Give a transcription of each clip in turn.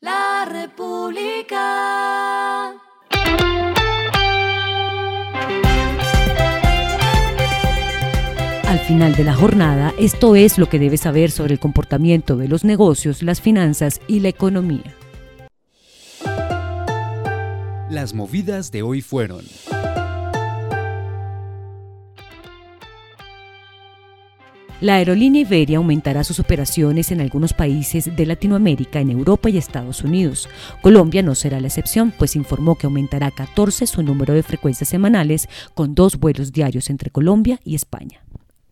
La República. Al final de la jornada, esto es lo que debes saber sobre el comportamiento de los negocios, las finanzas y la economía. Las movidas de hoy fueron: la aerolínea Iberia aumentará sus operaciones en algunos países de Latinoamérica, en Europa y Estados Unidos. Colombia no será la excepción, pues informó que aumentará 14 su número de frecuencias semanales, con 2 vuelos diarios entre Colombia y España.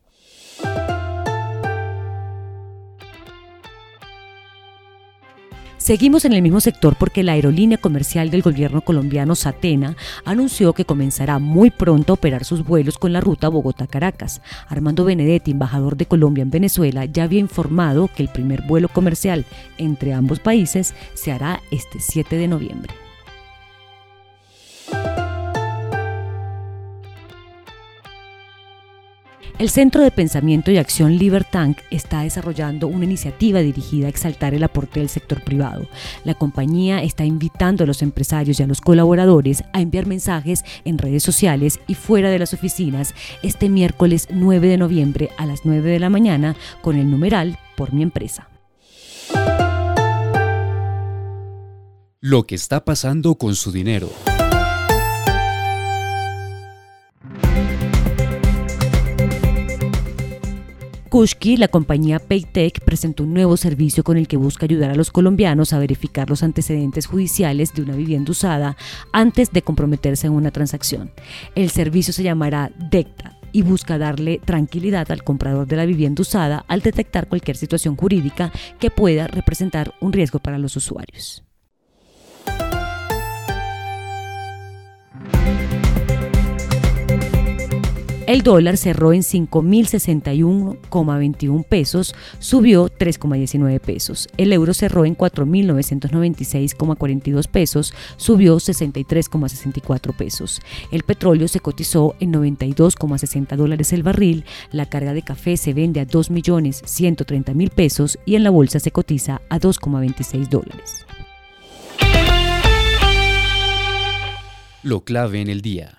Seguimos en el mismo sector porque la aerolínea comercial del gobierno colombiano, Satena, anunció que comenzará muy pronto a operar sus vuelos con la ruta Bogotá-Caracas. Armando Benedetti, embajador de Colombia en Venezuela, ya había informado que el primer vuelo comercial entre ambos países se hará este 7 de noviembre. El Centro de Pensamiento y Acción Libertank está desarrollando una iniciativa dirigida a exaltar el aporte del sector privado. La compañía está invitando a los empresarios y a los colaboradores a enviar mensajes en redes sociales y fuera de las oficinas este miércoles 9 de noviembre a las 9 de la mañana con el numeral Por mi empresa. lo que está pasando con su dinero. Kushki, la compañía Paytech, presentó un nuevo servicio con el que busca ayudar a los colombianos a verificar los antecedentes judiciales de una vivienda usada antes de comprometerse en una transacción. El servicio se llamará DECTA y busca darle tranquilidad al comprador de la vivienda usada al detectar cualquier situación jurídica que pueda representar un riesgo para los usuarios. El dólar cerró en 5.061,21 pesos, subió 3,19 pesos. El euro cerró en 4.996,42 pesos, subió 63,64 pesos. El petróleo se cotizó en $92,60 el barril. La carga de café se vende a 2.130.000 pesos y en la bolsa se cotiza a $2,26. Lo clave en el día.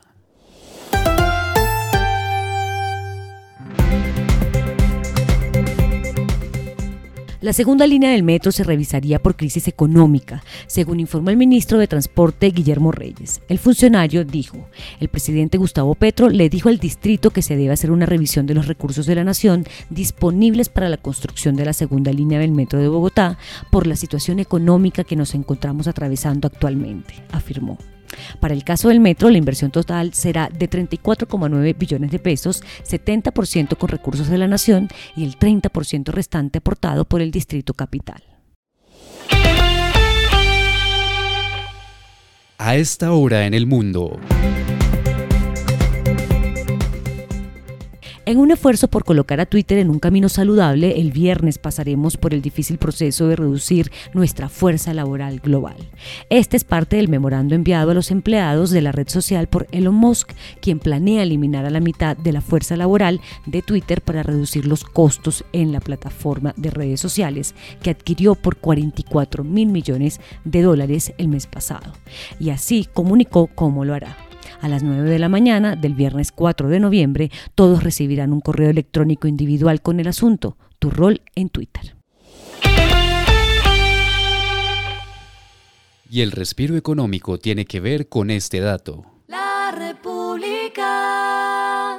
La segunda línea del metro se revisaría por crisis económica, según informó el ministro de Transporte Guillermo Reyes. El funcionario dijo: el presidente Gustavo Petro le dijo al distrito que se debe hacer una revisión de los recursos de la nación disponibles para la construcción de la segunda línea del metro de Bogotá por la situación económica que nos encontramos atravesando actualmente, afirmó. Para el caso del metro, la inversión total será de 34,9 billones de pesos, 70% con recursos de la nación y el 30% restante aportado por el Distrito Capital. A esta hora en el mundo. En un esfuerzo por colocar a Twitter en un camino saludable, el viernes pasaremos por el difícil proceso de reducir nuestra fuerza laboral global. Este es parte del memorando enviado a los empleados de la red social por Elon Musk, quien planea eliminar a la mitad de la fuerza laboral de Twitter para reducir los costos en la plataforma de redes sociales que adquirió por $44.000 millones el mes pasado. Y así comunicó cómo lo hará. A las 9 de la mañana del viernes 4 de noviembre, todos recibirán un correo electrónico individual con el asunto: tu rol en Twitter. Y el respiro económico tiene que ver con este dato. La República.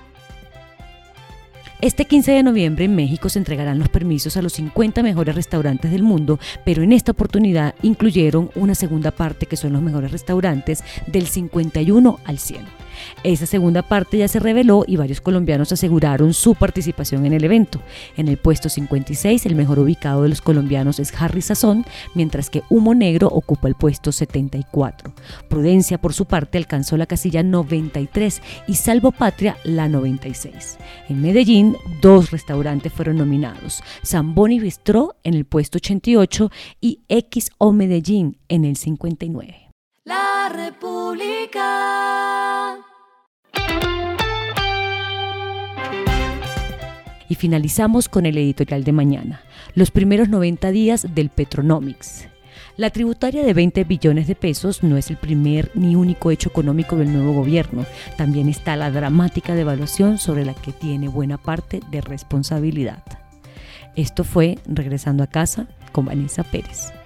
Este 15 de noviembre en México se entregarán los permisos a los 50 mejores restaurantes del mundo, pero en esta oportunidad incluyeron una segunda parte que son los mejores restaurantes del 51 al 100. Esa segunda parte ya se reveló y varios colombianos aseguraron su participación en el evento. En el puesto 56, el mejor ubicado de los colombianos es Harry Sazón, mientras que Humo Negro ocupa el puesto 74. Prudencia, por su parte, alcanzó la casilla 93 y Salvo Patria la 96. En Medellín, 2 restaurantes fueron nominados: Zamboni Bistró en el puesto 88 y XO Medellín en el 59. La República. Y finalizamos con el editorial de mañana: los primeros 90 días del Petronomics. La tributaria de 20 billones de pesos no es el primer ni único hecho económico del nuevo gobierno. También está la dramática devaluación sobre la que tiene buena parte de responsabilidad. Esto fue Regresando a Casa con Vanessa Pérez.